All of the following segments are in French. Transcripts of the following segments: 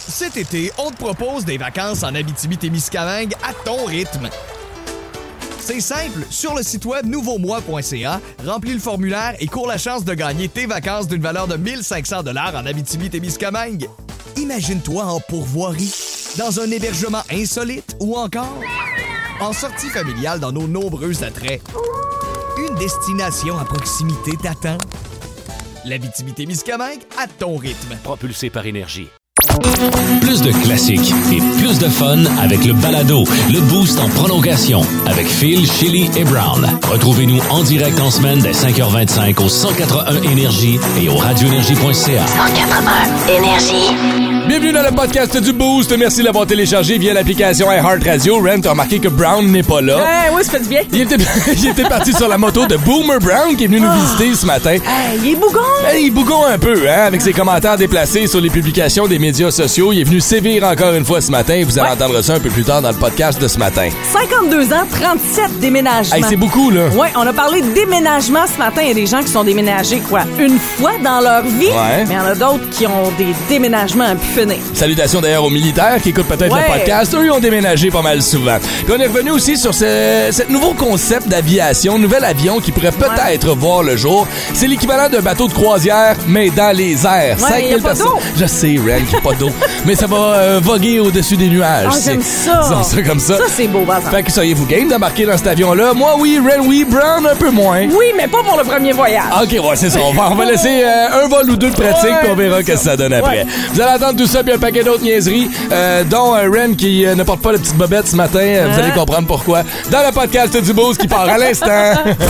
Cet été, on te propose des vacances en Abitibi-Témiscamingue à ton rythme. C'est simple, sur le site web nouveaumois.ca, remplis le formulaire et cours la chance de gagner tes vacances d'une valeur de 1 500 $ en Abitibi-Témiscamingue. Imagine-toi en pourvoirie, dans un hébergement insolite ou encore en sortie familiale dans nos nombreux attraits. Une destination à proximité t'attend. L'Abitibi-Témiscamingue à ton rythme. Propulsé par Énergie. Plus de classiques et plus de fun avec le balado, le Boost en prolongation avec Phil, Chili et Brown. Retrouvez-nous en direct en semaine dès 5h25 au 181 Énergie et au radioénergie.ca. 181 Énergie. Bienvenue dans le podcast du Boost. Merci de l'avoir téléchargé via l'application iHeartRadio. Ren, t'as remarqué que Brown n'est pas là. Oui, ça fait du bien. Il était parti sur la moto de Boomer Brown qui est venu nous visiter ce matin. Il est bougon. Il bougon un peu, hein, avec ses commentaires déplacés sur les publications des médias sociaux. Il est venu sévir encore une fois ce matin. Vous allez entendre ça un peu plus tard dans le podcast de ce matin. 52 ans, 37 déménagements. Hey, c'est beaucoup, là. Oui, on a parlé de déménagement ce matin. Il y a des gens qui sont déménagés, une fois dans leur vie. Ouais. Mais il y en a d'autres qui ont des déménagements à pu finir. Salutations d'ailleurs aux militaires qui écoutent peut-être le podcast. Eux, ils ont déménagé pas mal souvent. Puis on est revenu aussi sur ce nouveau concept d'aviation, nouvel avion qui pourrait peut-être voir le jour. C'est l'équivalent d'un bateau de croisière, mais dans les airs. 5000 personnes. Je sais, Ren, qu'il n'y a pas d'eau. Mais ça va voguer au-dessus des nuages. Ah, j'aime ça. C'est comme ça. Ça, c'est beau, par exemple. Fait que seriez-vous game d'embarquer dans cet avion-là? Moi, oui. Ren, oui. Brown, un peu moins. Oui, mais pas pour le premier voyage. OK, ouais, c'est ça. On va laisser un vol ou deux de pratique, puis on verra ce que ça donne après. Ouais. Vous allez entendre tout ça, puis un paquet d'autres niaiseries, dont Ren qui ne porte pas la petite bobette ce matin. Vous allez comprendre pourquoi. Dans le podcast du Boost qui part à l'instant.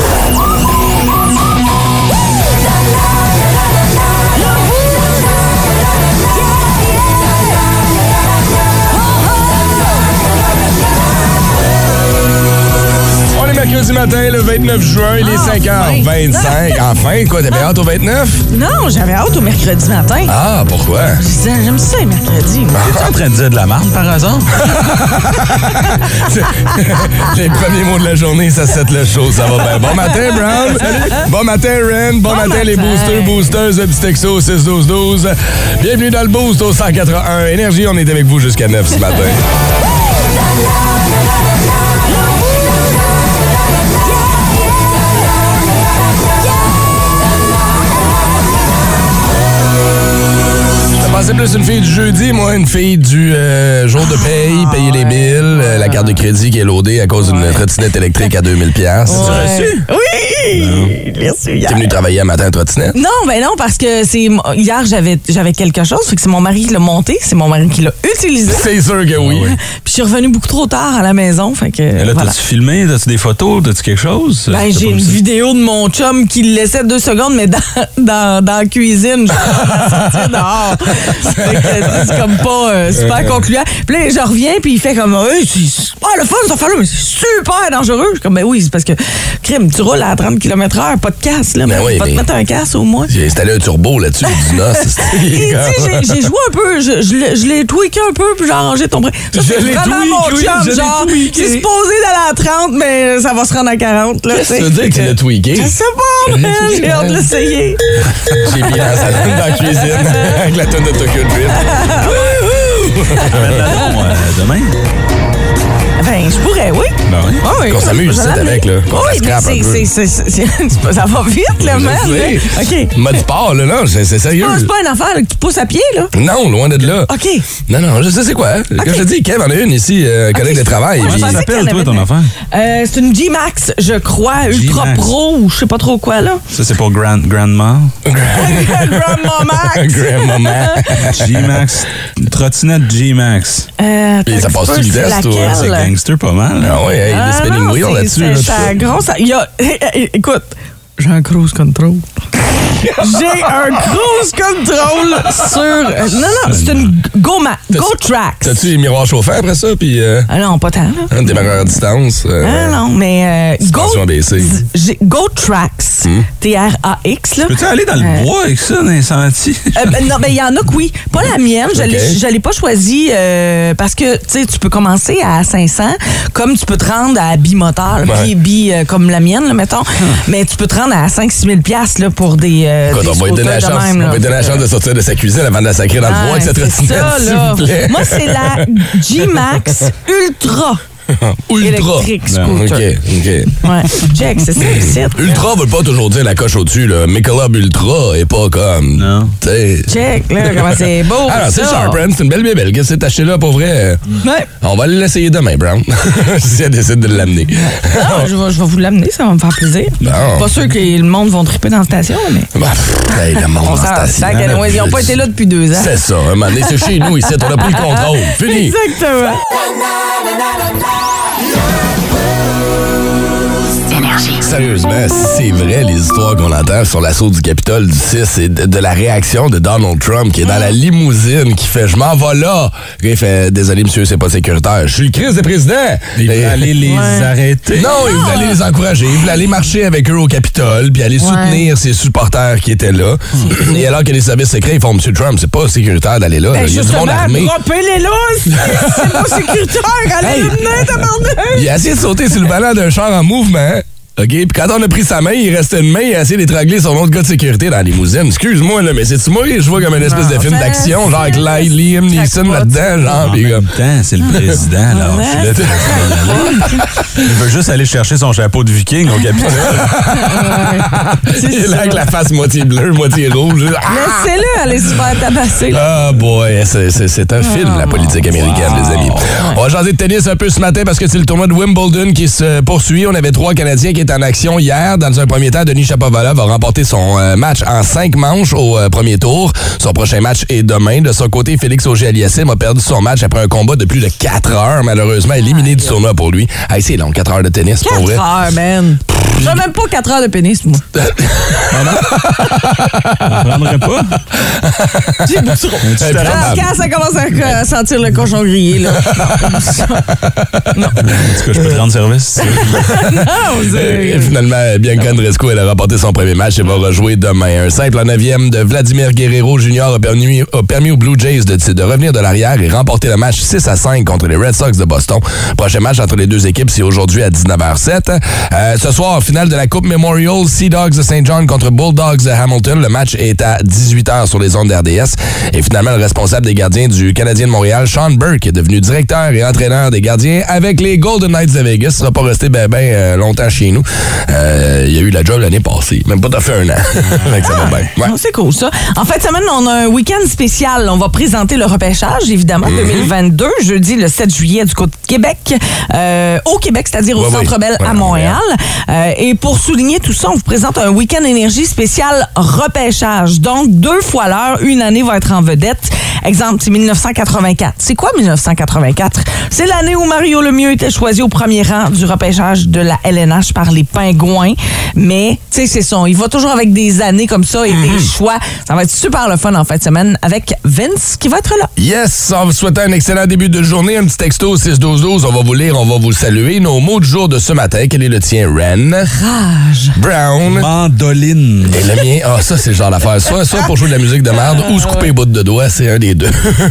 Mercredi matin, le 29 juin, il est 5h25. Enfin, quoi, t'avais hâte au 29? Non, j'avais hâte au mercredi matin. Ah, pourquoi? J'aime ça, les mercredis. T'es en train de dire de la merde, par hasard? Les premiers mots de la journée, ça set le show, ça va bien. Bon matin, Brown. Salut. Bon matin, Ren. Bon matin, les boosters, boosteuses, petit texto 6-12-12. Bienvenue dans le Boost au 181 Énergie. On est avec vous jusqu'à 9 ce matin. C'est plus une fille du jeudi, moi, une fille du jour de payer les billes, la carte de crédit qui est loadée à cause d'une trottinette électrique à 2000$. Tu l'as reçu? Oui! Je l'ai reçu hier. T'es venu travailler un matin à trottinette? Non, ben non, parce que hier, j'avais quelque chose, fait que c'est mon mari qui l'a monté, c'est mon mari qui l'a utilisé. C'est sûr que oui. Puis je suis revenue beaucoup trop tard à la maison, fait que là, voilà. T'as-tu filmé? T'as-tu des photos? T'as-tu quelque chose? Ben, j'ai une vidéo de mon chum qui le laissait 2 secondes, mais dans la cuisine, genre, sortir dehors. C'est comme pas super concluant. Puis là, je reviens, puis il fait comme le fun, cette affaire-là, mais c'est super dangereux. Je suis comme, ben oui, c'est parce que, crime, tu roules à 30 km/h, pas de casse, là. Ben oui, te mettre un casse au moins. J'ai installé un turbo là-dessus, du NOS. J'ai joué un peu, je l'ai tweaké un peu, puis j'ai arrangé ton prix. C'est vraiment mon chum, genre, c'est supposé d'aller à 30, mais ça va se rendre à 40, là. Qu'est-ce que tu veux dire que tu l'as tweaké? Je sais pas, mais j'ai hâte de l'essayer. J'ai mis la salade dans la cuisine avec la tonne de Tokyo Drift. Demain? Ben, je pourrais, oui. Ben oui. Oui, qu'on s'amuse, c'est avec, là. Oui, mais ça va vite, là, man. OK. Mode sport, là, non, c'est sérieux. C'est pas une affaire là, que tu pousses à pied, là? Non, loin de là. OK. Non, je sais c'est quoi. Comme je te dis, Kev en a une ici, collègue de travail. Comment ça s'appelle, toi, ton affaire? C'est une G-Max, je crois, Ultra Pro ou je sais pas trop quoi, là. Ça, c'est pour Grandma? Grandma Max. Grandma Max. G-Max. Trottinette G-Max. Puis ça passe-tu le test, toi? C'est gangster pas mal. Ah oui, il y a des spinning wheels là-dessus. C'est gros. Écoute, j'ai un cruise control. J'ai un cruise control sur... Non, c'est une Go Tracks. T'as-tu les miroirs chauffants après ça? Puis, Ah non, pas tant. Là. Démarreur à distance. Non, mais... Go Tracks. T-R-A-X. Peux-tu aller dans le bois avec ça, dans les sentiers? Non, mais il y en a que oui. Pas la mienne. Je l'ai pas choisie parce que, tu sais, tu peux commencer à 500, comme tu peux te rendre à bimoteur, comme la mienne, là, mettons. Mais tu peux te rendre à 5-6 000 $ là, pour des Écoute, on va lui donner la chance de sortir de sa cuisine avant de la sacrer dans le bois avec cette trottinette, s'il vous plaît. Moi, c'est la G-Max Ultra. Électrique scooter. OK. Ouais. Check, c'est ça le site. Ultra veut pas toujours dire la coche au-dessus, là. Michelob Ultra est pas comme... Non. T'sais... Check, là, comment c'est beau. Ah non, c'est Sharp, hein? C'est une belle bébelle. Qu'est-ce que c'est acheté là, pour vrai? Ouais. On va l'essayer demain, Brown. Si elle décide de l'amener. Non, je vais vous l'amener, ça va me faire plaisir. Non. Pas sûr que le monde va triper dans la station, mais... Bah, hey, le monde On en s'en station. sac, anyway, ils n'ont pas été là depuis 2 ans. C'est ça, un moment donné, c'est chez nous ici, on a pris le contrôle. Fini. Exactement. Sérieusement, c'est vrai les histoires qu'on entend sur l'assaut du Capitole du 6 et de la réaction de Donald Trump qui est dans la limousine, qui fait « Je m'en vais là ». Il fait « Désolé monsieur, c'est pas sécuritaire. Je suis le Christ des présidents. » Il voulait aller les arrêter. Non, il voulait aller les encourager. Il voulait aller marcher avec eux au Capitole puis aller soutenir ses supporters qui étaient là. Et alors que les services secrets, ils font « Monsieur Trump, c'est pas sécuritaire d'aller là. Il y a du monde armé. » Droppez-les là, c'est pas sécuritaire. Allez le mener, tabarnak. Il a essayé de sauter sur le volant d'un char en mouvement. OK, puis quand on a pris sa main, il restait une main, il a essayé d'étrangler son autre gars de sécurité dans la limousine. Excuse-moi, là, mais c'est-tu moi? Je vois comme une espèce de film d'action, genre avec Liam Neeson là-dedans, genre. En même temps, c'est le président, là. Il veut juste aller chercher son chapeau de viking au Capitole. Il est là avec la face moitié bleue, moitié rouge. Laissez-le aller se faire tabasser. Ah boy, c'est un film, la politique américaine, les amis. On va changer de tennis un peu ce matin parce que c'est le tournoi de Wimbledon qui se poursuit. On avait 3 Canadiens qui étaient en action hier. Dans un premier temps, Denis Shapovalov a remporté son match en 5 manches au premier tour. Son prochain match est demain. De son côté, Félix Auger-Aliassime a perdu son match après un combat de plus de 4 heures, malheureusement éliminé du tournoi pour lui. Hey, c'est long, 4 heures de tennis, pour vrai. 4 heures, man. J'ai même pas 4 heures de pénis, moi. On prendrait pas. J'ai beaucoup trop. Quand ça commence à sentir le cochon grillé, là. En tout cas, je peux te rendre service. Et finalement, Bianca Andreescu, elle a remporté son premier match et va rejouer demain. Un simple en 9e de Vladimir Guerrero Jr. a permis aux Blue Jays de revenir de l'arrière et remporter le match 6-5 contre les Red Sox de Boston. Prochain match entre les deux équipes, c'est aujourd'hui à 19h07. Ce soir, finale de la Coupe Memorial, Sea Dogs de St. John contre Bulldogs de Hamilton. Le match est à 18h sur les ondes d'RDS. Et finalement, le responsable des gardiens du Canadien de Montréal, Sean Burke, est devenu directeur et entraîneur des gardiens avec les Golden Knights de Vegas. Il ne sera pas resté longtemps chez nous. Il y a eu la job l'année passée. Même pas fait 1 an. Ça va bien. Ouais. C'est cool, ça. En fait, semaine, on a un week-end spécial. On va présenter le repêchage, évidemment, 2022, jeudi le 7 juillet du côté de Québec. Au Québec, c'est-à-dire au Centre Bell à Montréal. Et pour souligner tout ça, on vous présente un week-end énergie spécial repêchage. Donc, 2 fois l'heure, une année va être en vedette. Exemple, c'est 1984. C'est quoi 1984? C'est l'année où Mario Lemieux était choisi au premier rang du repêchage de la LNH par les Pingouins. Mais, tu sais, c'est ça. Il va toujours avec des années comme ça et des choix. Ça va être super le fun en fin de semaine avec Vince qui va être là. Yes! On vous souhaite un excellent début de journée. Un petit texto 6-12-12. On va vous lire, on va vous saluer. Nos mots du jour de ce matin. Quel est le tien, Ren? Rage. Brown. Mandoline. Et le mien, ça, c'est le genre d'affaire. Soit pour jouer de la musique de merde ou se couper les bouts de doigts, c'est un des deux. Et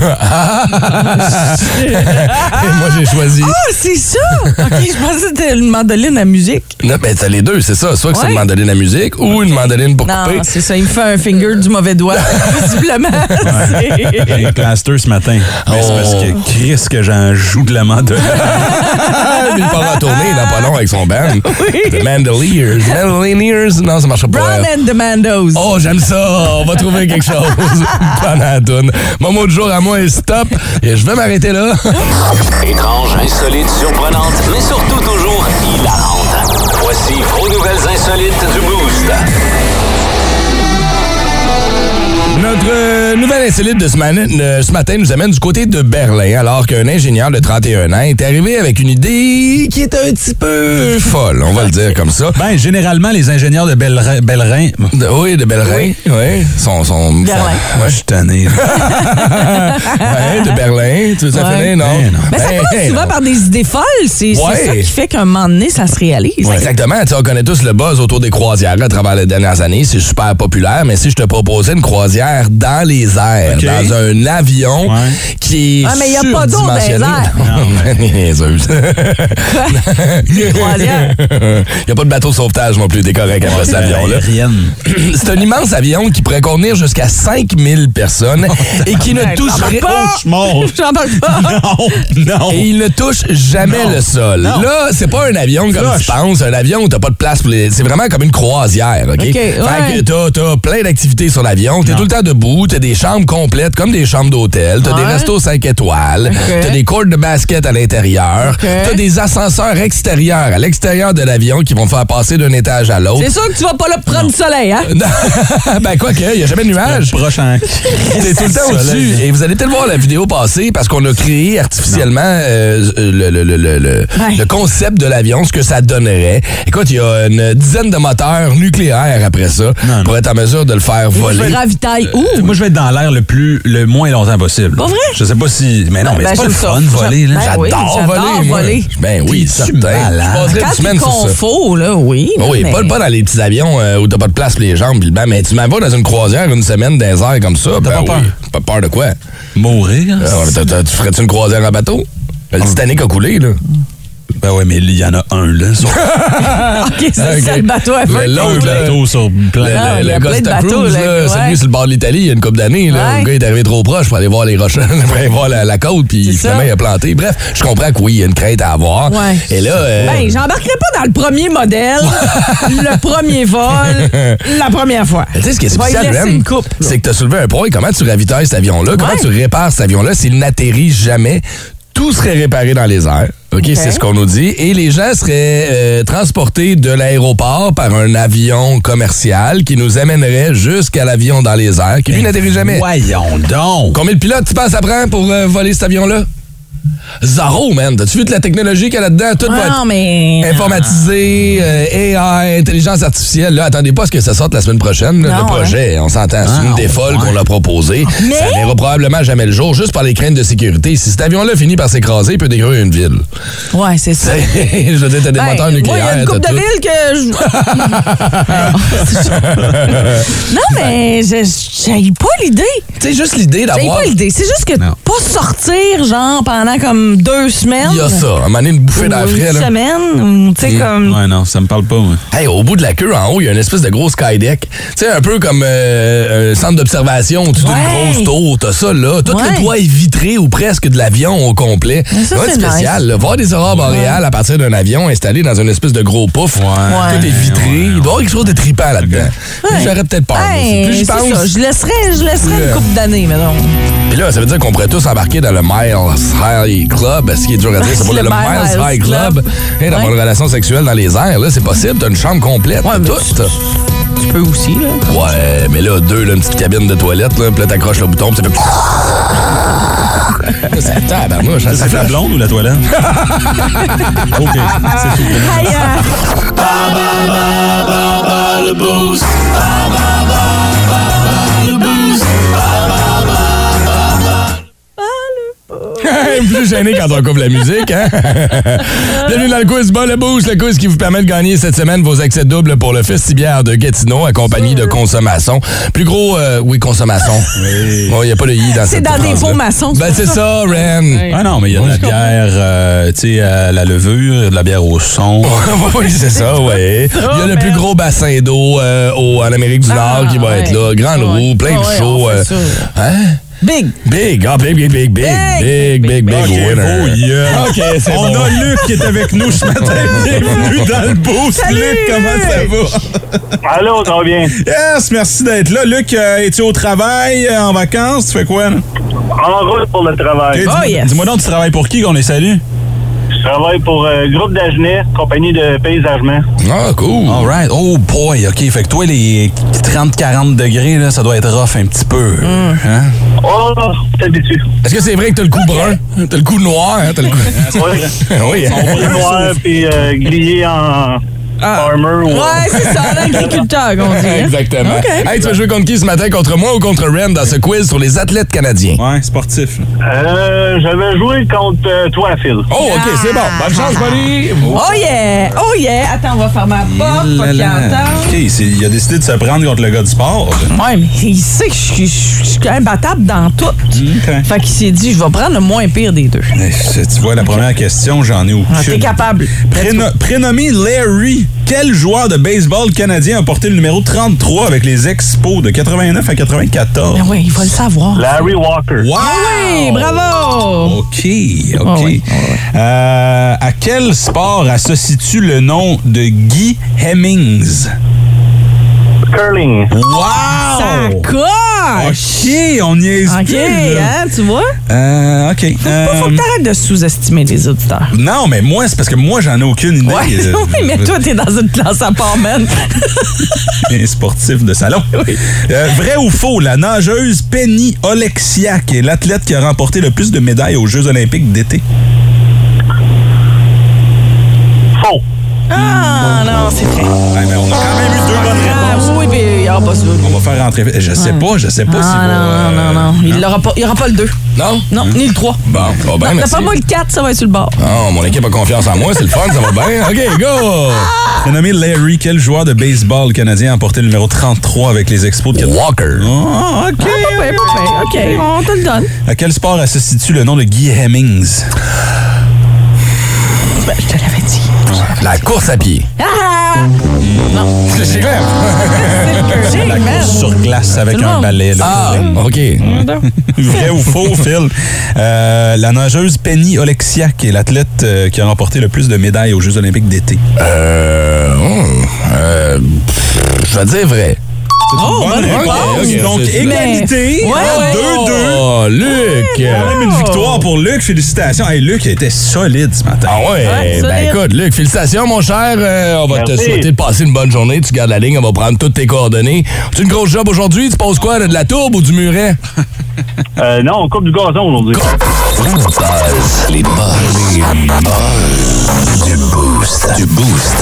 moi, j'ai choisi. Ah, c'est ça! OK, je pensais que c'était une mandoline à musique. Non, mais t'as les deux, c'est ça. Soit que c'est une mandoline à musique ou une mandoline pour couper. Non, c'est ça. Il me fait un finger du mauvais doigt, visiblement. J'ai un plaster ce matin. Mais c'est parce que Chris, que j'en joue de la mandoline. Il part en tournée, dans pas long, avec son band. The Mandoliers. Mandoliers? Non, ça marchera pas. Brown and the Mandos. Oh, j'aime ça. On va trouver quelque chose pendant la toune. Mon mot du jour à moi est stop. Et je vais m'arrêter là. Étrange, insolite, surprenante, mais surtout toujours hilarante. Voici vos nouvelles insolites du Boost. Notre nouvelle insolite de ce matin nous amène du côté de Berlin, alors qu'un ingénieur de 31 ans est arrivé avec une idée qui est un petit peu folle, on va le dire comme ça. Ben, généralement, les ingénieurs de Bellerin. Oui, de Berlin. Oui. Sont Berlin. Moi, je suis tanné. Ouais, de Berlin. Tu veux ça finir? Non. Mais ça passe souvent par des idées folles. C'est ça qui fait qu'un moment donné, ça se réalise. Ouais, exactement. Tu sais, on connaît tous le buzz autour des croisières à travers les dernières années. C'est super populaire, mais si je te proposais une croisière croisière dans les airs, dans un avion qui est mais il n'y a pas d'eau dans les airs. Il n'y a pas de bateau de sauvetage non plus, t'es correct après cet avion-là. C'est un immense avion qui pourrait contenir jusqu'à 5000 personnes et qui ne toucherait pas. J'en parle pas. Non. Et il ne touche jamais le sol. Non. Là, c'est pas un avion comme tu penses, un avion où t'as pas de place pour les... C'est vraiment comme une croisière, OK? Fait que t'as plein d'activités sur l'avion, t'es tout le temps debout, t'as des chambres complètes comme des chambres d'hôtel, t'as des restos 5 étoiles, t'as des courts de basket à l'intérieur, t'as des ascenseurs extérieurs à l'extérieur de l'avion qui vont te faire passer d'un étage à l'autre. C'est sûr que tu vas pas là prendre le soleil, hein? Ben quoi que, il y a jamais de nuages. Prochain. T'es tout le temps au-dessus. Et vous allez peut-être voir la vidéo passer parce qu'on a créé artificiellement le concept de l'avion, ce que ça donnerait. Écoute, il y a une dizaine de moteurs nucléaires après ça pour être en mesure de le faire voler. Ravitaille où? Moi, je vais être dans l'air le moins longtemps possible. Pas vrai? Je sais pas si... Mais non, mais c'est pas le fun de voler. Là. J'adore voler. Ben oui, certain. Quand c'est confort, là, oui. Oui, pas dans les petits avions où t'as pas de place pour les jambes. Mais tu m'en vas dans une croisière une semaine dans les airs comme ça. T'as pas peur? Pas peur de quoi? Mourir? Tu ferais-tu une croisière en bateau? Le Titanic a coulé, là. Ben ouais, mais il y en a un, là. OK, c'est ça, le bateau à feu. L'autre bateau sur plein le Costa Cruise, là, celui sur le bord de l'Italie, il y a une couple d'années, là, le gars est arrivé trop proche pour aller voir les roches, pour aller voir la côte, puis finalement, il a planté. Bref, je comprends que oui, il y a une crainte à avoir. Ouais. Et là... Ben, j'embarquerai pas dans le premier modèle, le premier vol, la première fois. Tu sais, ce qui est spécial, Ben, c'est que tu as soulevé un point. Comment tu ravitailles cet avion-là? Comment tu répares cet avion-là s'il n'atterrit jamais? Tout serait réparé dans les airs. OK, c'est ce qu'on nous dit. Et les gens seraient transportés de l'aéroport par un avion commercial qui nous amènerait jusqu'à l'avion dans les airs, qui lui n'atterrit jamais. Voyons donc! Combien de pilotes tu penses ça prend pour voler cet avion-là? Zéro, man. T'as-tu vu de la technologie qu'il y a là-dedans? Tout va être informatisé, AI, intelligence artificielle. Là, attendez pas à ce que ça sorte la semaine prochaine. Là, le projet, on s'entend. C'est une des folles qu'on l'a proposé. Mais... Ça n'ira probablement jamais le jour, juste par les craintes de sécurité. Si cet avion-là finit par s'écraser, il peut détruire une ville. Ouais, c'est ça. Je veux dire, t'as des moteurs nucléaires. Il y a une couple de villes que non, mais j'ai pas l'idée. Tu sais, juste l'idée d'avoir... J'ai pas l'idée. C'est juste que pas sortir, genre, pendant comme 2 semaines. Il y a ça. À un moment donné, une bouffée d'air frais. Une semaine. Tu sais, comme... Ouais, non, ça me parle pas, moi. Hey, au bout de la queue, en haut, il y a une espèce de gros skydeck. Tu sais, un peu comme un centre d'observation au-dessus d'une grosse tour. T'as ça, là. Tout le toit est vitré ou presque de l'avion au complet. Ça, c'est spécial. Nice. Voir des aurores boréales à partir d'un avion installé dans une espèce de gros pouf. Tout est vitré. Il doit y avoir quelque chose de trippant là-dedans. J'aurais peut-être peur. Plus je pense... ça. Je laisserais une couple d'années, mais non. Et là, ça veut dire qu'on pourrait tous embarquer dans le Miles High Club. Ce qui est dur à dire, c'est pas le Miles High Club. Et d'avoir une relation sexuelle dans les airs, là, c'est possible. T'as une chambre complète. Tout. Tu peux aussi, là. Ouais, mais là, une petite cabine de toilette, là, puis là, t'accroches le bouton, puis ça fait... C'est tabarnouche. C'est la blonde ou la toilette? OK, c'est tout. Le boost. Le boost. Plus gêné quand on coupe la musique, hein? Bienvenue dans le quiz Bas le Boost, le quiz qui vous permet de gagner cette semaine vos accès doubles pour le Festibière de Gatineau, accompagné de Consommation. Plus gros, Consommation. Oui. Bon, il n'y a pas de i dans cette phrase. C'est dans des faux maçons. Ben, c'est ça, Ren. Oui. Ah non, mais il y a de la bière, tu sais, à la levure, de la bière au son. Oui, c'est ça, oui. Il y a le plus gros bassin d'eau en Amérique du Nord qui va être là. Grande roue, plein de shows. Hein? Big. Big winner. OK, c'est bon. On a Luc qui est avec nous ce matin. Bienvenue dans le boost. Salut, Luc, comment ça va? Allô, ça va bien? Yes, merci d'être là. Luc, es-tu au travail, en vacances? Tu fais quoi, là? En route pour le travail. Okay, dis-moi donc, tu travailles pour qui qu'on les salue? Je travaille pour Groupe d'Agenais, compagnie de paysagement. Ah, cool. All right. Oh boy, OK. Fait que toi, les 30-40 degrés, là, ça doit être rough un petit peu. Hein? Oh, t'habitues. Est-ce que c'est vrai que t'as le cou brun? T'as le cou noir, hein? T'as le cou... Oui. Oui. Cou noir, puis grillé farmer. Ouais, c'est ça, l'agriculteur qu'on dit. Hein? Exactement. OK. Hey, tu veux jouer contre qui ce matin? Contre moi ou contre Ren dans ce quiz sur les athlètes canadiens? Ouais, sportif. Je vais jouer contre toi, Phil. Oh, OK, c'est bon. Bonne chance, buddy. Oh yeah! Oh yeah! Attends, on va faire ma porte, pas qu'il entende. OK, il a décidé de se prendre contre le gars du sport. Ouais, mais il sait que je suis imbattable dans tout. OK. Fait qu'il s'est dit, je vais prendre le moins pire des deux. Tu vois, la première question, j'en ai aucune. Ah, t'es capable. Prénommé Larry, quel joueur de baseball canadien a porté le numéro 33 avec les Expos de 89 à 94? Ben oui, il faut le savoir. Larry Walker. Wow! Oui, bravo! OK. Ah oui, À quel sport associe-tu le nom de Guy Hemmings? Curling. Wow! Ça coche! OK, on y est. OK, hein, tu vois? OK. Faut que t'arrêtes de sous-estimer les auditeurs. Non, mais moi, c'est parce que moi, j'en ai aucune idée. Ouais, oui, mais toi, t'es dans une classe à part, man. Un sportif de salon. Vrai ou faux, la nageuse Penny Oleksiak est l'athlète qui a remporté le plus de médailles aux Jeux olympiques d'été? Faux. Ah, non, c'est vrai. Ouais, mais on a quand même eu deux bonnes réponses. Oui, puis il n'y aura pas ça. On va faire rentrer. Je sais pas si Non. Il n'y aura pas le 2. Non? Non, ni le 3. Bon, va bien, merci. T'as pas moi le 4, ça va être sur le bord. Oh, mon équipe a confiance en moi, c'est le fun, ça va bien. OK, go! Prénommé Larry, quel joueur de baseball canadien a porté le numéro 33 avec les Expos de Walker. Oh, OK. Pas OK, on te le donne. À quel sport associe-tu le nom de Guy Hemmings? Ben, je te l'avais dit. La course à pied. Ah! Non. C'est clair. C'est le La curling, course man. sur glace avec Tout le un monde. balai. Là. Ah, OK. Vrai ou faux, Phil? La nageuse Penny Oleksiak est l'athlète qui a remporté le plus de médailles aux Jeux olympiques d'été. Je vais dire vrai. Bonne réponse. Ok. Donc, égalité. Ouais, 2-2. Oh, Luc! Quand même une victoire pour Luc. Félicitations. Hey, Luc était solide ce matin. Ah ouais, Ouais, ben solide. écoute, Luc, félicitations, mon cher. On va te Merci. souhaiter de passer une bonne journée. Tu gardes la ligne, on va prendre toutes tes coordonnées. C'est une grosse job aujourd'hui. Tu poses quoi, là, de la tourbe ou du muret? Non, on coupe du gazon aujourd'hui. Les buzz du boost. Du boost.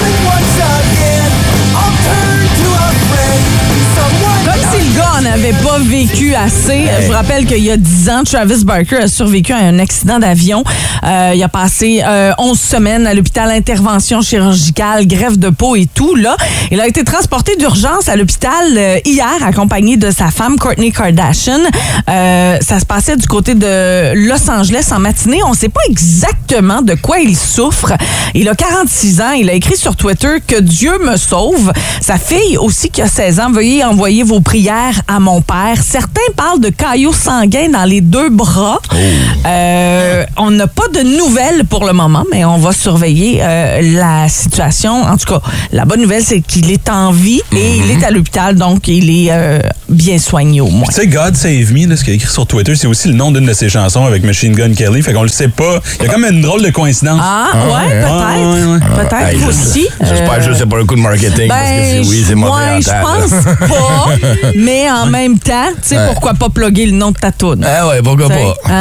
Comme si le gars en avait pas vécu assez. Je vous rappelle qu'il y a 10 ans, Travis Barker a survécu à un accident d'avion. Il a passé 11 semaines à l'hôpital, intervention chirurgicale, greffe de peau et tout. Là, il a été transporté d'urgence à l'hôpital hier, accompagné de sa femme, Kourtney Kardashian. Ça se passait du côté de Los Angeles en matinée. On ne sait pas exactement de quoi il souffre. Il a 46 ans. Il a écrit sur Twitter que Dieu me sauve. Sa fille aussi qui a 16 ans, veuillez envoyer vos prières à mon père. Certains parlent de caillots sanguins dans les 2 bras. On n'a pas de nouvelles pour le moment, mais on va surveiller la situation. En tout cas, la bonne nouvelle, c'est qu'il est en vie et il est à l'hôpital, donc il est bien soigné au moins. Tu sais, God Save Me, là, ce qu'il a écrit sur Twitter, c'est aussi le nom d'une de ses chansons avec Machine Gun Kelly. Fait qu'on le sait pas. Il y a comme une drôle de coïncidence. Ah, ouais, peut-être. ouais. Peut-être Hey, aussi. J'espère que c'est pas un coup de marketing, parce que c'est mauvais ouais, je rentable. pense pas. Mais en même temps, tu sais, pourquoi pas plugger le nom de ta toune? Ah ouais, pourquoi T'sais, pas? hein?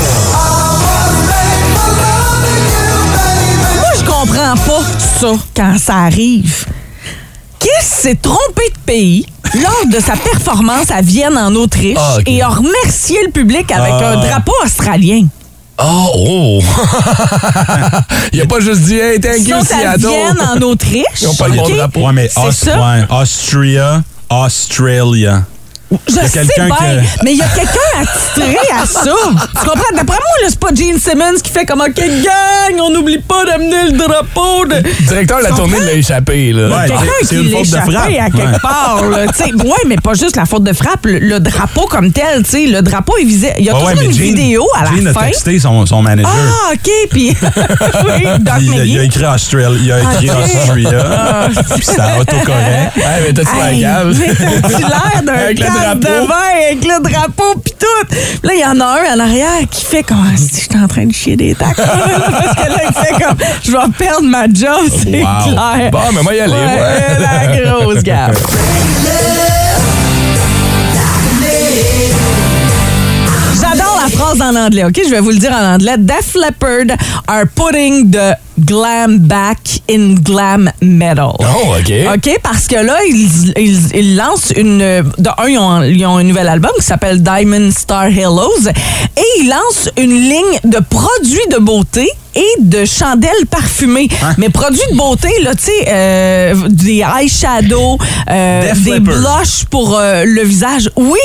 Moi, je comprends pas ça quand ça arrive. Kiss s'est trompé de pays lors de sa performance à Vienne, en Autriche, Ah, ok. et a remercié le public avec un drapeau australien. Oh! Il a pas juste dit, hey, thank Ils you, sont à Seattle. Vienne, en Autriche. Ils ont pas le bon ok? drapeau. Ouais, mais C'est ça. Australia. Je sais quelqu'un bien, que- mais il y a quelqu'un attitré à ça. Tu comprends? D'après moi, là, c'est pas Gene Simmons qui fait comme OK, gang, on n'oublie pas d'amener le drapeau. Le directeur de la tournée l'a échappé, là. Ouais. Quelqu'un c'est qui une faute de l'échappait frappe. à quelque Ouais. part. Là, tu sais. Ouais, mais pas juste la faute de frappe. Le drapeau comme tel, tu sais, le drapeau est visé. Il y a Ouais, toujours mais une Gene- vidéo à la Gene a fin. texté son manager. Ah, OK, puis... oui, Doc Il a McGee. écrit Australia. Il a écrit Ok. Australia. Puis c'est autocorrect. Ouais, mais t'as-tu pas Hey, câble? mais t'as-tu l'air d'un Avec le cadre drapeau. de vin avec le drapeau pis tout. Puis là, il y en a un en arrière qui fait comme si j'étais en train de chier des tacs. Parce que là, il fait comme je vais perdre ma job, c'est Wow. clair. Bon, mais moi, y aller. Ouais, la grosse gaffe. J'adore la phrase passe en anglais, OK? Je vais vous le dire en anglais. Def Leppard are putting the glam back in glam metal. Oh, OK. OK, parce que là, ils lancent une... De un, ils ont un nouvel album qui s'appelle Diamond Star Halos et ils lancent une ligne de produits de beauté et de chandelles parfumées. Hein? Mais produits de beauté, là, tu sais, des eyeshadows, des blushs pour le visage. Oui,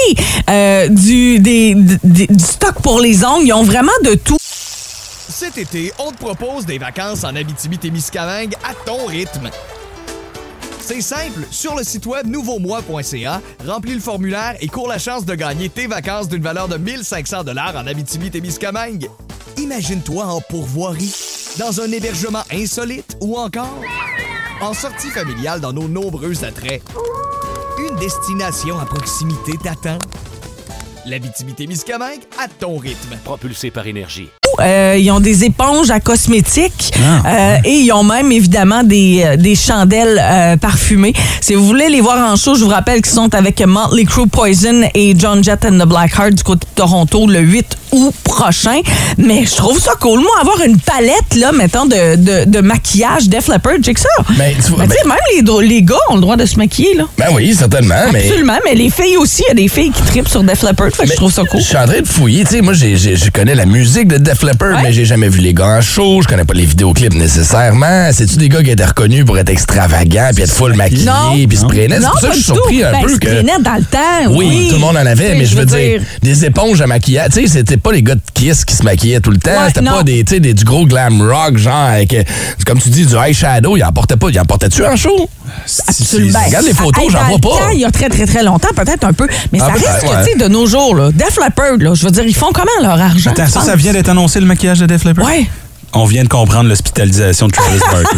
du stock pour les ongles. Ils ont vraiment de tout. Cet été, on te propose des vacances en Abitibi-Témiscamingue à ton rythme. C'est simple, sur le site web nouveaumois.ca, remplis le formulaire et cours la chance de gagner tes vacances d'une valeur de 1 500 $ en Abitibi-Témiscamingue. Imagine-toi en pourvoirie, dans un hébergement insolite ou encore en sortie familiale dans nos nombreux attraits. Une destination à proximité t'attend. L'Abitibi-Témiscamingue à ton rythme. Propulsé par Énergie. Ils ont des éponges à cosmétiques et ils ont même évidemment des chandelles parfumées. Si vous voulez les voir en show, je vous rappelle qu'ils sont avec Motley Crue, Poison et John Jett and the Blackheart du côté de Toronto le 8 août prochain. Mais je trouve ça cool. Moi, avoir une palette, là, mettons, de maquillage Def Leppard, j'ai que ça. Mais tu vois, même les gars ont le droit de se maquiller, là. Ben oui, certainement. Absolument, mais les filles aussi, il y a des filles qui trippent sur Def Leppard, fait que je trouve ça cool. Je suis en train de fouiller. Tu sais, moi, je connais la musique de Def Leppard, mais j'ai jamais vu les gars en show. Je connais pas les vidéoclips nécessairement. C'est-tu des gars qui étaient reconnus pour être extravagants puis être full maquillés puis se prenaient? C'est pour ça que je suis surpris un peu que... se prenaient dans le temps, oui. Tout le monde en avait, mais je veux dire, des éponges à maquillage. Tu sais, c'était pas les gars de Kiss qui se maquillaient tout le temps. C'était pas du gros glam rock, genre, avec, comme tu dis, du eyeshadow. Ils en portaient pas. Ils en portaient-tu en show? Absolument. Regarde les photos, j'en vois pas. Il y a très, très, très longtemps, peut-être un peu. Mais ça reste que, tu sais, de nos jours, là, Def Leppard, là, je veux dire, ils font comment leur argent? Attends, ça vient d'être annoncé, le maquillage de Def Leppard? Oui. On vient de comprendre l'hospitalisation de Travis Barker.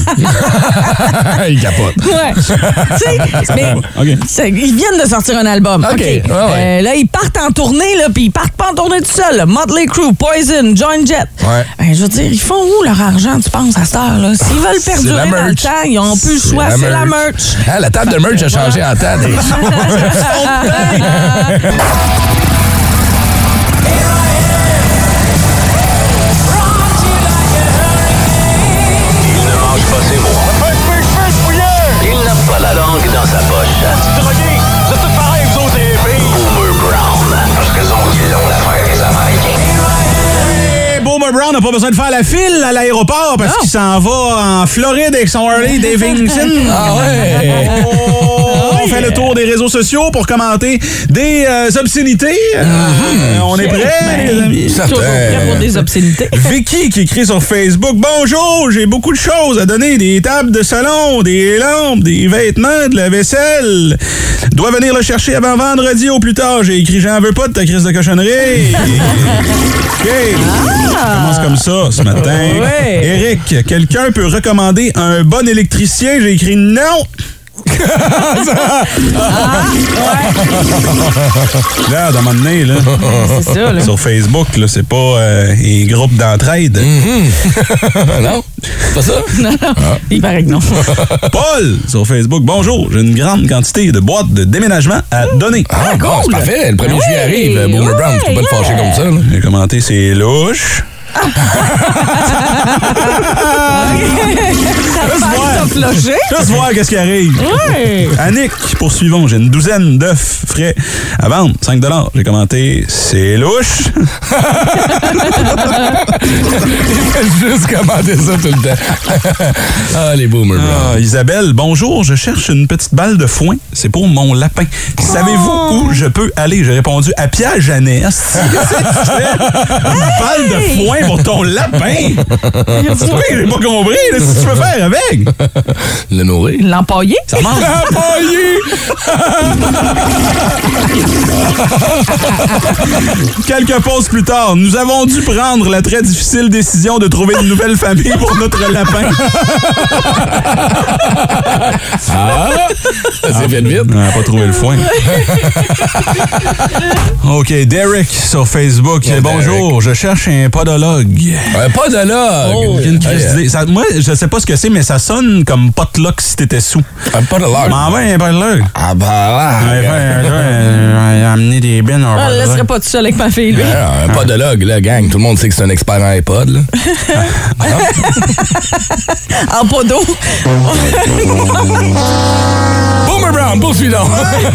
Il capote. Ouais. Tu sais, mais ils viennent de sortir un album. OK. Ouais. Là, ils partent en tournée, là, puis ils partent pas en tournée tout seuls. Motley Crue, Poison, John Jett. Ouais. Je veux dire, ils font où leur argent, tu penses, à cette heure-là? S'ils veulent perdurer dans le temps, ils n'ont plus le choix. C'est la merch. Ah, la table de merch a changé en temps. Il n'a pas la langue dans sa poche. Boomer Brown. Parce que ils ont l'affaire des Américains. Boomer Brown n'a pas besoin de faire la file à l'aéroport parce qu'il s'en va en Floride avec son Harley Davidson. Ah ouais! On fait le tour des réseaux sociaux pour commenter des obscénités. On est prêts, les amis? Toujours prêt pour des obscénités. Vicky qui écrit sur Facebook: bonjour, j'ai beaucoup de choses à donner, des tables de salon, des lampes, des vêtements, de la vaisselle. Dois venir le chercher avant vendredi au plus tard. J'ai écrit: j'en veux pas de ta crise de cochonnerie. OK. Ça commence comme ça ce matin. Ouais. Eric, quelqu'un peut recommander un bon électricien? J'ai écrit non. Là, d'un moment donné, là, c'est ça, là. sur Facebook, là, c'est pas un groupe d'entraide. Non? Pas ça? Non. Il paraît que non. Paul, sur Facebook: bonjour, j'ai une grande quantité de boîtes de déménagement à donner. Ah, bon, c'est parfait. Le 1er juillet arrive. Boomer Brown, tu peux pas le fâcher comme ça. Là. J'ai commenté, c'est louche. Juste voir qu'est-ce qui arrive. Ouais. Annick, poursuivons. J'ai une douzaine d'œufs frais à vendre. 5 $. J'ai commenté, c'est louche. Juste commenter ça tout le temps. Ah, les boomers. Isabelle, bonjour. Je cherche une petite balle de foin. C'est pour mon lapin. Savez-vous où je peux aller? J'ai répondu à Pierre Jeannès. Une balle de foin pour ton lapin? J'ai pas compris. Qu'est-ce que tu veux faire avec? Le nourrir. L'empailler? Ça mange. L'empailler! Quelques pauses plus tard, nous avons dû prendre la très difficile décision de trouver une nouvelle famille pour notre lapin. Ça s'est fait vite. On n'a pas trouvé le foin. OK, Derek sur Facebook. Bonjour, je cherche un podologue. podologue. Un podologue. Aucune crise d'idée. Moi, je sais pas ce que c'est, mais ça sonne comme potluck si t'étais sous. Un podologue. M'en va un podologue. Ah bah là. Amener des bines. Je ne laisserai pas tout seul avec ma fille, lui. Un podologue, là, gang. Tout le monde sait que c'est un expert en iPod, là. En podo. Boomer Brown, poursuis donc.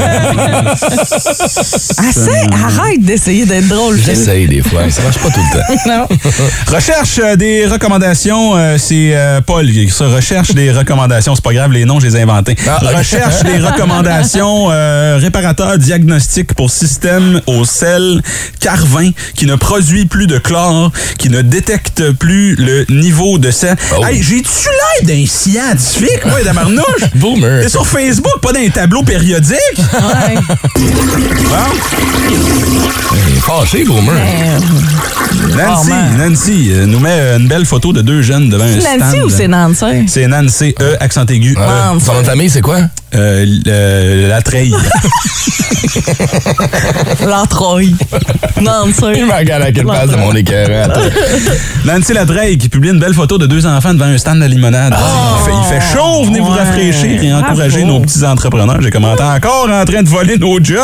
Arrête d'essayer d'être drôle. J'essaye des fois, ça marche pas tout le temps. Non. Recherche des recommandations, c'est Paul qui se recherche des recommandations. C'est pas grave, les noms, je les ai inventés. Recherche des recommandations réparateur diagnostic pour système au sel Carvin qui ne produit plus de chlore, qui ne détecte plus le niveau de sel. Oh. Hey, j'ai-tu l'air d'un scientifique, moi, d'amarnouche? Boomer. T'es sur Facebook, pas dans les tableaux périodiques? Ouais. Bon. Il est fâché, Boomer. Nancy nous met une belle photo de deux jeunes devant un stand. Nancy ou c'est Nancy? C'est Nancy, accent aigu. Son nom de famille, c'est quoi? La treille. L'entraille. Nancy. Il me regarde à quelle place de mon écœurant. Nancy Latreille qui publie une belle photo de deux enfants devant un stand de limonade. Il fait chaud, venez vous rafraîchir et encourager nos petits entrepreneurs. J'ai commenté encore en train de voler nos jobs.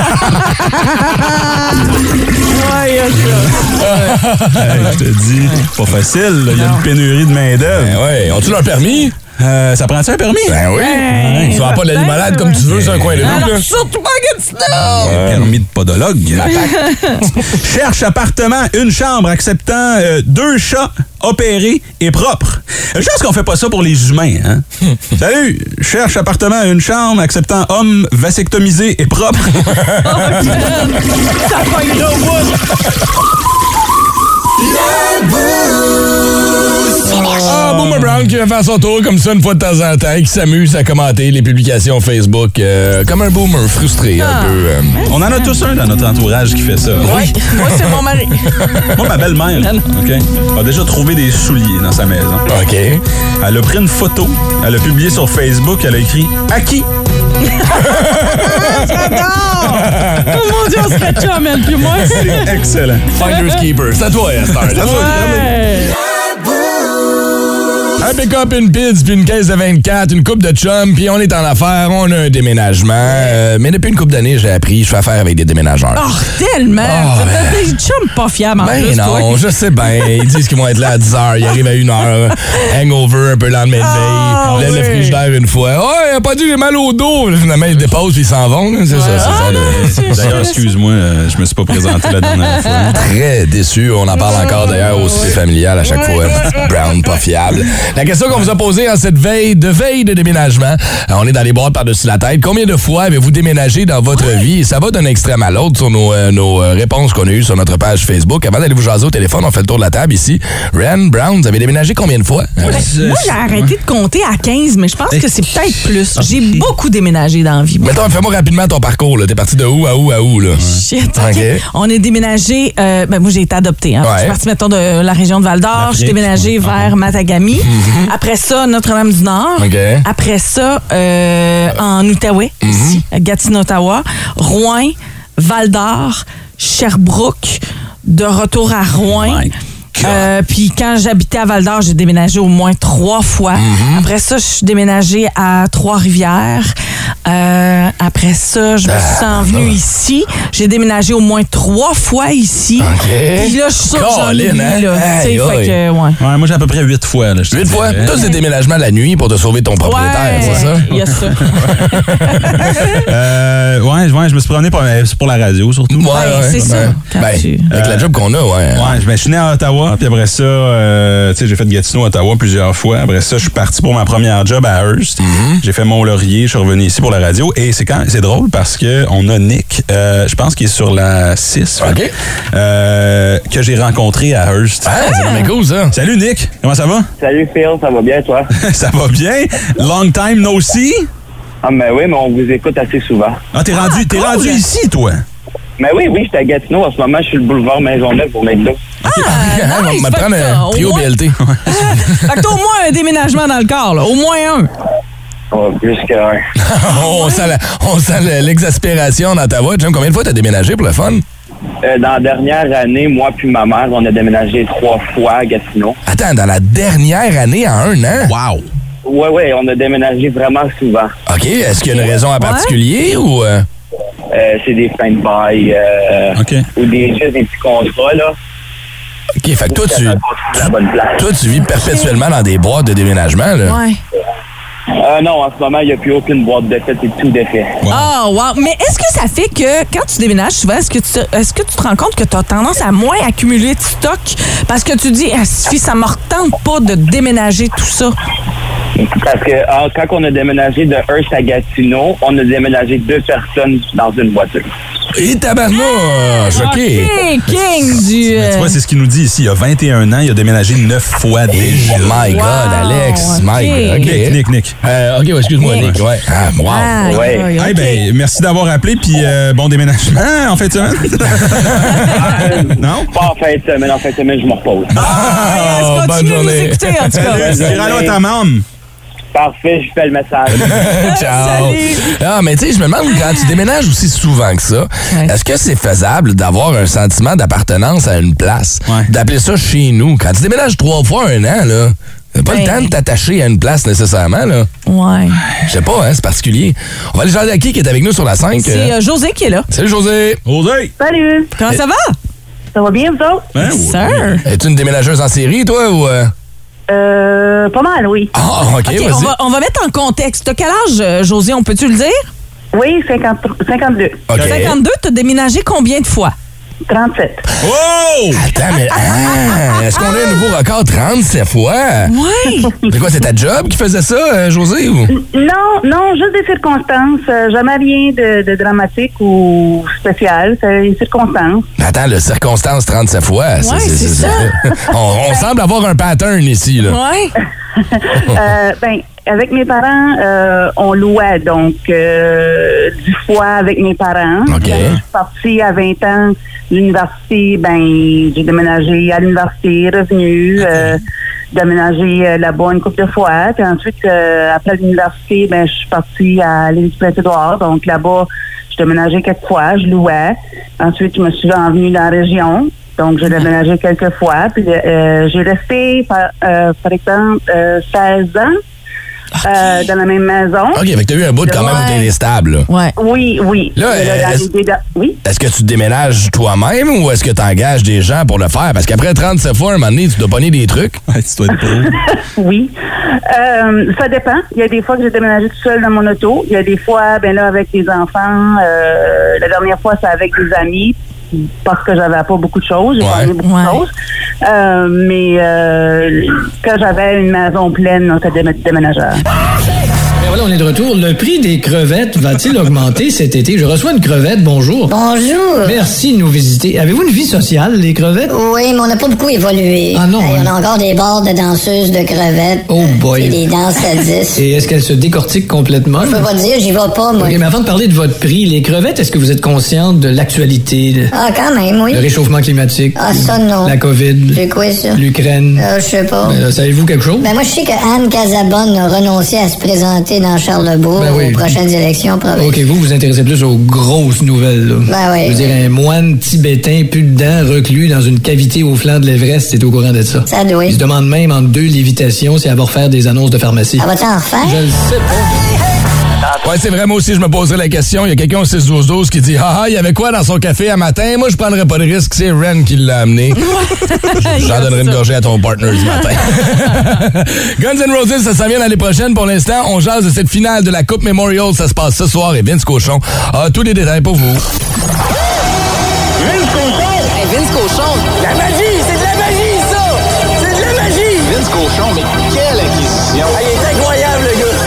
Ouais, Je te dis, pas facile. Il y a une pénurie de main-d'œuvre. Ben ouais, ont-tu leur permis? Ça prend-tu un permis? Ben oui. Tu vas pas de la limonade comme tu veux sur un coin de rue, là. Alors, surtout pas Gatineau! Permis de podologue. Cherche appartement, une chambre acceptant 2 chats opérés et propres. Je pense qu'on fait pas ça pour les humains, hein? Salut! Cherche appartement, une chambre acceptant homme vasectomisé et propre. Ça pognera au bout! Ah, Boomer Brown qui va faire son tour comme ça une fois de temps en temps, qui s'amuse à commenter les publications Facebook comme un boomer frustré un peu. On en a tous un dans notre entourage qui fait ça. Oui, moi, c'est mon mari. Moi, ma belle-mère, OK, a déjà trouvé des souliers dans sa maison. OK. Elle a pris une photo, elle a publié sur Facebook, elle a écrit « À qui? » J'adore! Oh mon Dieu, on serait chum, elle puis moi. C'est excellent. Finders Keeper. C'est à toi, Esther. C'est à toi. Ouais. Un pick-up, une pizza, puis une caisse de 24, une coupe de chum, puis on est en affaires, on a un déménagement. Mais depuis une couple d'années, j'ai appris, je fais affaire avec des déménageurs. Oh, tellement! Oh, T'as des chums pas fiables en Ben plus, non, toi. je sais bien. Ils disent qu'ils vont être là à 10h, ils arrivent à 1h. Hangover, un peu lendemain de veille. Le frigidaire une fois. Oh, il a pas dit j'ai mal au dos. Finalement, ils déposent puis ils s'en vont. C'est ça. D'ailleurs, excuse-moi, je me suis pas présenté la dernière fois. Très déçu. On en parle encore d'ailleurs au souper familial à chaque fois. Brown, pas fiable. La question qu'on vous a posée en cette veille de déménagement, on est dans les boîtes par-dessus la tête. Combien de fois avez-vous déménagé dans votre vie? Et ça va d'un extrême à l'autre sur nos réponses qu'on a eues sur notre page Facebook. Avant d'aller vous jaser au téléphone, on fait le tour de la table ici. Ren, Brown, vous avez déménagé combien de fois? Moi, j'ai arrêté de compter à 15, mais je pense que c'est peut-être plus. J'ai beaucoup déménagé dans la vie. moi. Mettons, fais-moi rapidement ton parcours. T'es parti de où à où à où? Là? Shit. OK. OK. On est déménagé. Moi, j'ai été adoptée. Hein. Ouais. Je suis partie, mettons, de la région de Val-d'Or. Je suis déménagée vers Matagami. Après ça, Notre-Dame-du-Nord. OK. Après ça, en Outaouais, ici, à Gatineau-Ottawa. Rouen, Val-d'Or, Sherbrooke. De retour à Rouen. Puis quand j'habitais à Val-d'Or, j'ai déménagé au moins 3 fois. Après ça, je suis déménagée à Trois-Rivières. Après ça, je me suis envenue ici. J'ai déménagé au moins 3 fois ici. OK. Puis là, je suis sûre que j'en ai Colin, hein? là. Tu sais, Aïe, fait aïe. que, ouais. Ouais, moi, j'ai à peu près 8 fois. Là, 8 fois? Tous des déménagements la nuit pour te sauver ton propriétaire, c'est ça? Il y a ça. Ouais, je me suis promené pour la radio, surtout. c'est ça. Quand tu- Avec la job qu'on a, ouais. Ouais, je suis né à Ottawa, puis après ça, tu sais, j'ai fait de Gatineau à Ottawa plusieurs fois. Après ça, je suis parti pour ma première job à Hearst. J'ai fait Mont-Laurier, je suis revenu ici pour la radio. Et c'est drôle parce que on a Nick, je pense qu'il est sur la 6, OK. que j'ai rencontré à Hearst. Ah, c'est vraiment cool, ça. Salut Nick, comment ça va? Salut Phil, ça va bien toi? Ça va bien? Long time no see? Ah ben oui, mais on vous écoute assez souvent. Ah, t'es rendu ici, toi? Mais oui, j'étais à Gatineau. En ce moment, je suis le boulevard Maisonneuve pour McDo. On va nice, me prendre fait que ça, un au trio moins- BLT. Fait que t'as au moins un déménagement dans le corps, là. Au moins un. Oh, plus qu'un. On sent l'exaspération dans ta voix. Jim, combien de fois t'as déménagé pour le fun? Dans la dernière année, moi puis ma mère, on a déménagé 3 fois à Gatineau. Attends, dans la dernière année, en 1 an? Wow! Oui, on a déménagé vraiment souvent. OK, est-ce qu'il y a une raison en particulier ou... C'est des fins de bail OK. ou juste des petits contrats, là. OK, fait que toi, La bonne place. tu vis perpétuellement dans des boîtes de déménagement, là? Ouais. Non, en ce moment, il n'y a plus aucune boîte de fait, c'est tout défait. Oh, wow. Mais est-ce que ça fait que quand tu déménages souvent, est-ce que tu te rends compte que tu as tendance à moins accumuler de stock? Parce que tu dis, ça me retente pas de déménager tout ça. Parce que quand on a déménagé de Hearst à Gatineau, on a déménagé 2 personnes dans une voiture. Et tabarnouche, OK. King du... Mais tu vois, c'est ce qu'il nous dit ici. Il y a 21 ans, il a déménagé 9 fois déjà. My God, Alex. OK. My God. Nick. OK, excuse-moi, Nick. Ouais. Ah, wow. Ah, Ouais. OK. Hey, ben, merci d'avoir appelé, puis bon déménagement en fin de semaine. Non? Pas en fin de semaine. En fin de semaine, je me repose. Oh, bonne Continue de nous journée. écouter, en tout cas. Diras à ta maman. Parfait, je fais le message. Ciao. Salut. Ah, mais tu sais, je me demande, quand tu déménages aussi souvent que ça, Ouais. est-ce que c'est faisable d'avoir un sentiment d'appartenance à une place? Ouais. D'appeler ça chez nous? Quand tu déménages 3 fois un an, là, t'as pas le Ben. temps de t'attacher à une place nécessairement, là. Ouais. Je sais pas, hein, c'est particulier. On va aller jaser à qui est avec nous sur la 5. C'est José qui est là. Salut, José. Osez! Salut, Comment ça va? ça va bien, vous autres? Hein, Sir. Es-tu une déménageuse en série, toi, ou... Pas mal, oui. Ah, OK, OK, vas-y. on va mettre en contexte. T'as quel âge, José? On peut-tu le dire? Oui, 52. OK. 52, t'as déménagé combien de fois? 37. Oh! Attends, mais... est-ce qu'on a un nouveau record 37 fois? Oui. C'est quoi, c'est ta job qui faisait ça, José, ou... Non, juste des circonstances. Jamais rien de dramatique ou spécial. C'est des circonstances. Attends, le circonstance 37 fois. Ouais, c'est ça. on semble avoir un pattern ici, là. Ouais. Avec mes parents, on louait, donc 10 fois avec mes parents. OK. Quand je suis partie à 20 ans de l'université, j'ai déménagé à l'université, revenu, déménagé là-bas une couple de fois. Puis ensuite, après l'université, je suis partie à l'île du Prince-Édouard. Donc là-bas, je déménageais quelques fois, je louais. Ensuite, je me suis envenue dans la région. Donc, j'ai déménagé quelques fois. Puis j'ai resté, par exemple, 16 ans. Dans la même maison. OK, fait que t'as eu un bout de quand même où t'es stable, là. Ouais. Oui. Là, Oui. Est-ce que tu déménages toi-même ou est-ce que tu engages des gens pour le faire? Parce qu'après 37 fois, un moment donné, tu dois pogner des trucs. Ouais, tu dois être pauvre. Oui. Ça dépend. Il y a des fois que j'ai déménagé tout seul dans mon auto. Il y a des fois, avec des enfants. La dernière fois, c'est avec des amis. Parce que j'avais pas beaucoup de choses. J'ai pas beaucoup de choses. Mais quand j'avais une maison pleine, on était déménageur. Ben voilà, on est de retour. Le prix des crevettes va-t-il augmenter cet été? Je reçois une crevette. Bonjour. Bonjour. Merci de nous visiter. Avez-vous une vie sociale, les crevettes? Oui, mais on n'a pas beaucoup évolué. Ah non, On hein? a encore des bars de danseuses de crevettes. Oh boy. Et des danses à 10. Et est-ce qu'elles se décortiquent complètement? Je peux pas te dire, j'y vais pas, moi. OK, mais avant de parler de votre prix, les crevettes, est-ce que vous êtes consciente de l'actualité? Ah, quand même, oui. Le réchauffement climatique? Ah, ça, non. La COVID? C'est quoi, ça? L'Ukraine? Je sais pas. Ben là, savez-vous quelque chose? Ben, moi, je sais que Anne Casabonne a renoncé à se présenter dans Charlebourg Ben oui. aux prochaines élections provinciales. OK, vous vous intéressez plus aux grosses nouvelles, là. Ben oui. Je veux dire, un moine tibétain, plus de dents, reclus dans une cavité au flanc de l'Everest, c'est au courant de ça. Ça doit. Il se demande même en 2 lévitations si elle va refaire des annonces de pharmacie. Ah, vas-tu en refaire? Je le sais pas. Ouais, c'est vrai, moi aussi, je me poserais la question. Il y a quelqu'un au 6-12-12 qui dit « Ah, il y avait quoi dans son café un matin? Moi, je prendrais pas de risque. C'est Ren qui l'a amené. » J'en donnerai une gorgée à ton partner du matin. Guns N' Roses, ça s'en vient l'année prochaine. Pour l'instant, on jase de cette finale de la Coupe Memorial. Ça se passe ce soir et Vince Cochon a tous les détails pour vous. Vince Cochon. La magie! C'est de la magie, ça! C'est de la magie! Vince Cochon, mais quelle acquisition! Ah, il est incroyable, le gars!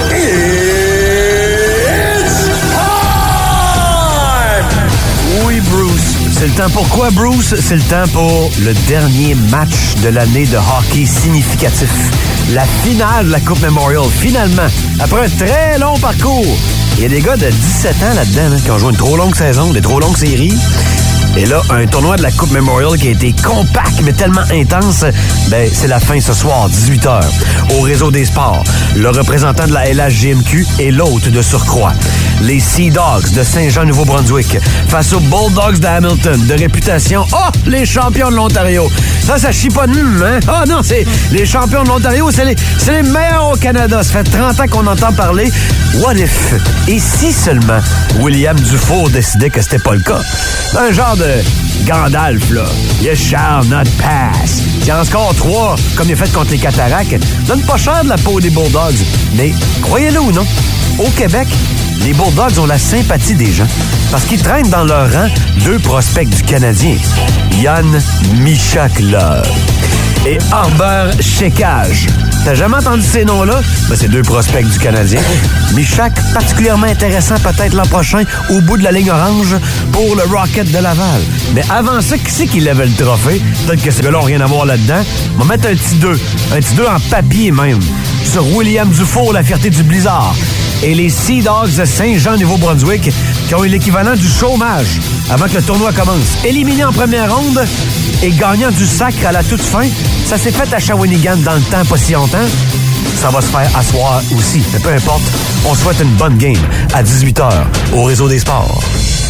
Oui, Bruce. C'est le temps pour quoi, Bruce? C'est le temps pour le dernier match de l'année de hockey significatif. La finale de la Coupe Memorial, finalement. Après un très long parcours. Il y a des gars de 17 ans là-dedans qui ont joué une trop longue saison, des trop longues séries. Et là, un tournoi de la Coupe Memorial qui a été compact, mais tellement intense, ben, c'est la fin ce soir, 18h, au Réseau des sports. Le représentant de la LHJMQ est l'hôte de surcroît. Les Sea Dogs de Saint-Jean-Nouveau-Brunswick face aux Bulldogs de Hamilton, de réputation, les champions de l'Ontario. Ça chie pas de hein? Non, c'est les champions de l'Ontario, c'est les meilleurs au Canada. Ça fait 30 ans qu'on entend parler. What if? Et si seulement William Dufour décidait que c'était pas le cas? Un genre de Gandalf, là. You shall not pass. Il en score 3, comme il a fait contre les Cataractes. Donne pas cher de la peau des Bulldogs. Mais, croyez-le ou non, au Québec, les Bulldogs ont la sympathie des gens parce qu'ils traînent dans leur rang 2 prospects du Canadien. Yann Michak-Love et Arbor Chekaj. T'as jamais entendu ces noms-là? Ben, c'est 2 prospects du Canadien. Michak, particulièrement intéressant peut-être l'an prochain au bout de la ligne orange pour le Rocket de Laval. Mais avant ça, qui c'est qui lève le trophée? Peut-être que ces gars-là n'ont rien à voir là-dedans. On va mettre un petit 2. Un petit 2 en papier même. Sur William Dufour, la fierté du Blizzard. Et les Sea Dogs de Saint-Jean-Nouveau-Brunswick qui ont eu l'équivalent du chômage avant que le tournoi commence. Éliminés en première ronde et gagnant du sacre à la toute fin, ça s'est fait à Shawinigan dans le temps pas si longtemps. Ça va se faire à soir aussi. Mais peu importe, on souhaite une bonne game à 18h au Réseau des sports.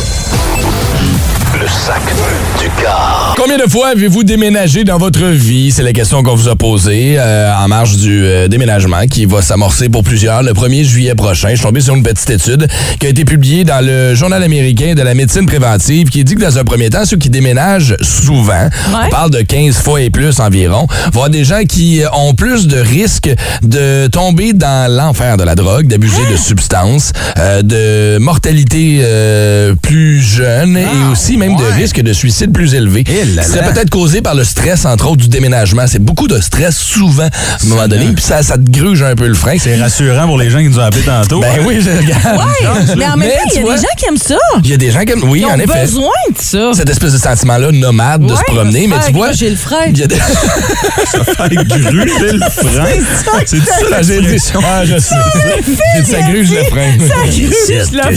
Le sac du car. Combien de fois avez-vous déménagé dans votre vie? C'est la question qu'on vous a posée en marge du déménagement qui va s'amorcer pour plusieurs le 1er juillet prochain. Je suis tombé sur une petite étude qui a été publiée dans le Journal américain de la médecine préventive qui dit que dans un premier temps, ceux qui déménagent souvent, on parle de 15 fois et plus environ, vont avoir des gens qui ont plus de risques de tomber dans l'enfer de la drogue, d'abuser de substances, de mortalité plus jeune et aussi même de risque de suicide plus élevé. C'est peut-être causé par le stress, entre autres, du déménagement. C'est beaucoup de stress, souvent, à un moment donné, puis ça te gruge un peu le frein. C'est rassurant pour les gens qui nous ont appelés tantôt. Ben oui, je regarde. Ouais, mais en même temps, il y a des gens qui aiment ça. Il y a des gens qui aiment, oui, en effet. Ils ont besoin de ça. Cette espèce de sentiment-là, nomade, de se promener, mais tu vois... J'ai le frein. Il y a des... Ça fait gruger le frein. C'est ça la gestion. Ah, je sais. Ça gruge le frein. Ça gruge le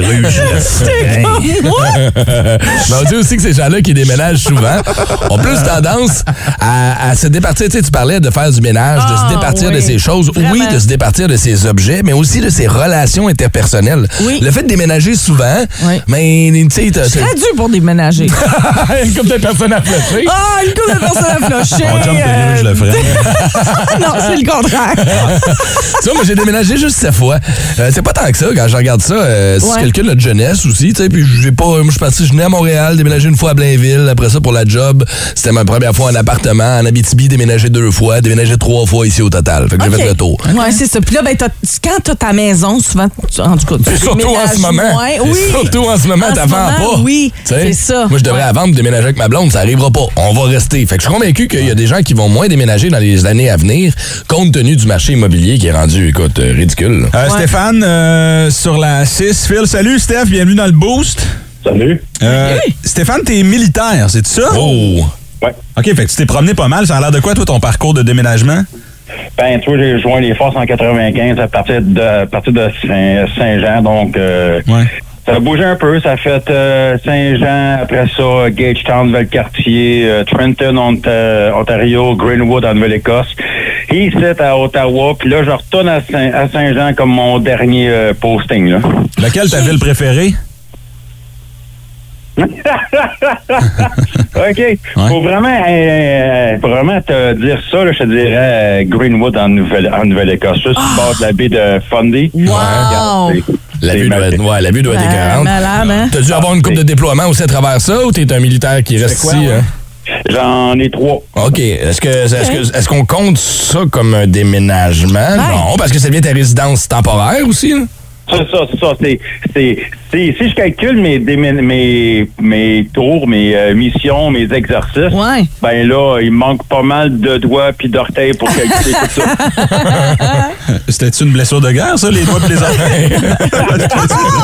frein. C'est comme moi. Mais on dit aussi que ces gens-là qui déménagent souvent ont plus tendance à se départir. Tu sais, tu parlais de faire du ménage, de se départir de ces choses. Vraiment. Oui, de se départir de ces objets, mais aussi de ces relations interpersonnelles. Oui. Le fait de déménager souvent, mais tu sais... C'est très dur pour déménager. Une couple de personnes à flusher. Une couple de personnes à flusher. On jump te gruge le frein. Non, c'est le contraire. Tu vois, moi, j'ai déménagé juste 7 fois. C'est pas tant que ça, quand je regarde ça. C'est quelqu'un de notre jeunesse aussi, tu sais, puis j'ai pas... Moi, je suis parti, je venais à Montréal, déménager une fois à Blainville. Après ça, pour la job, c'était ma première fois en appartement. En Abitibi, déménager 2 fois. Déménager 3 fois ici au total. Fait que j'ai fait le tour. Ouais, c'est ça. Puis là, ben, quand t'as ta maison, souvent, en tout cas, tu surtout en ce moment. Surtout en ce moment, t'as vends pas. Oui, c'est ça. Moi, je devrais à vendre déménager avec ma blonde. Ça arrivera pas. On va rester. Fait que je suis convaincu qu'il y a des gens qui vont moins déménager dans les années à venir, compte tenu du marché immobilier qui est rendu, écoute, ridicule. Stéphane, sur la 6. Phil, salut Steph, bienvenue dans le Boost. Salut. Stéphane, t'es militaire, c'est ça? Oh! Ouais. OK, fait que tu t'es promené pas mal. Ça a l'air de quoi, toi, ton parcours de déménagement? Ben, toi, j'ai joint les forces en 95 à partir de Saint-Jean, donc... Ça a bougé un peu. Ça a fait Saint-Jean, après ça, Gagetown, Valcartier, Trenton, Ontario, Greenwood, en Nouvelle-Écosse. Ici, à Ottawa. Puis là, je retourne à Saint-Jean comme mon dernier posting. Là. Laquelle ta ville préférée? OK. Pour vraiment te dire ça, là, je te dirais Greenwood en Nouvelle-Écosse. Juste sur le bord de la baie de Fundy. Wow! La vue doit être écœurante. Hein? T'as dû avoir une couple de déploiement aussi à travers ça ou t'es un militaire qui reste ici? Hein? J'en ai 3. OK. Est-ce qu'on compte ça comme un déménagement? Non, parce que ça devient ta résidence temporaire aussi, là? C'est ça. Si je calcule mes tours, mes missions, mes exercices, ben là, il manque pas mal de doigts puis d'orteils pour calculer tout ça. C'était-tu une blessure de guerre, ça, les doigts et les orteils?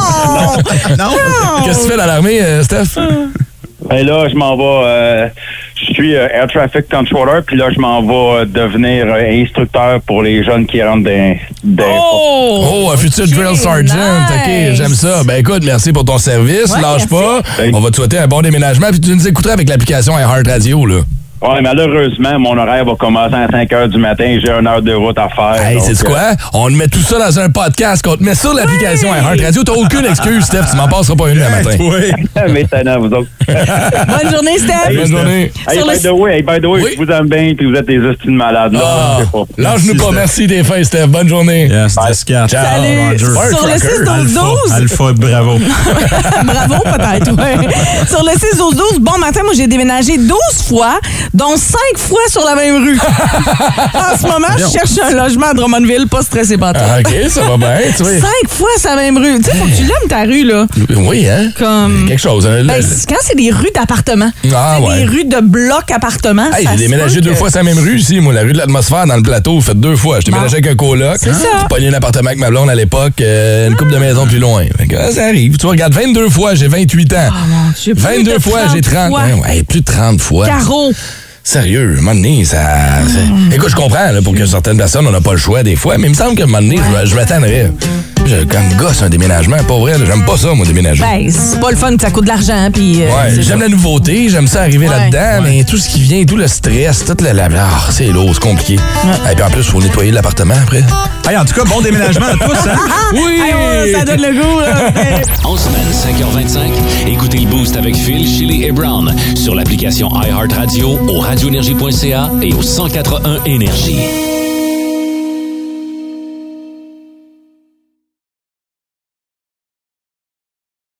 Non. Qu'est-ce que tu fais dans l'armée, Steph? Ben là, je m'en vais Je suis Air Traffic Controller, puis là, je m'en vais devenir instructeur pour les jeunes qui rentrent Oh, un futur drill sergeant. Nice. OK, j'aime ça. Ben écoute, merci pour ton service. Ouais, Lâche merci. pas. On va te souhaiter un bon déménagement. Puis tu nous écouteras avec l'application iHeart Radio, là. Ouais, malheureusement, mon horaire va commencer à 5 h du matin. J'ai 1 heure de route à faire. Hey, c'est quoi? On met tout ça dans un podcast. On te met sur l'application iHeart Radio. T'as aucune excuse, Steph. Tu m'en passeras pas une le matin. Oui. Mais c'est à vous autres. Bonne journée, Steph. Bonne journée. Hey, by the way, Oui. je vous aime bien, puis vous êtes des hosties de malades. Ah, lâche-nous pas. Steph. Merci des fins, Steph. Bonne journée. Yes, Descat. Ciao. Salut. Roger. Sur le 6-12-12. Alpha, bravo. Bravo, peut-être, ouais. Sur le 6-12-12, bon matin, moi, j'ai déménagé 12 fois, dont 5 fois sur la même rue. En ce moment, je cherche un logement à Drummondville, pas stressé par toi. Ah, OK, ça va bien. Tu vois. 5 fois sur la même rue. Tu sais, faut que tu l'aimes ta rue, là. Oui, hein? Comme... Quelque chose. Hein? Ben, quand c'est des rues d'appartements. Ah, C'est ouais. des rues de blocs appartements. Hey, ça j'ai se déménagé peut 2 que- fois sur la même rue ici, moi, la rue de l'Atmosphère dans le plateau, fait 2 fois. J'ai déménagé avec un coloc. C'est ça. J'ai pogné un appartement avec ma blonde à l'époque, une couple de maisons plus loin. Fait que, ça arrive. Tu vois, regarde, 22 fois, j'ai 28 ans. Oh mon Dieu, plus 22 de fois, 30 j'ai 30. fois. Ouais, plus de 30 fois. Caro. Sérieux, à un moment donné, ça... Écoute, je comprends, là, pour que certaines personnes, on n'a pas le choix des fois, mais il me semble qu'à un moment donné, je m'attendrais. Comme gosse, un déménagement, pas vrai, là, j'aime pas ça, moi, déménager. Ben, c'est pas le fun, ça coûte de l'argent, puis... Ouais, j'aime la nouveauté, j'aime ça arriver Ouais. là-dedans, mais tout ce qui vient, tout le stress, tout le... c'est lourd, c'est compliqué. Et puis en plus, il faut nettoyer l'appartement après. Hey, en tout cas, bon déménagement à tous, hein? Oui! Hey, ça donne le goût, là. En semaine, 5h25, écoutez le Boost avec Phil, Chili et Brown sur l'application iHeartRadio, au radioénergie.ca et au 104.1 Énergie.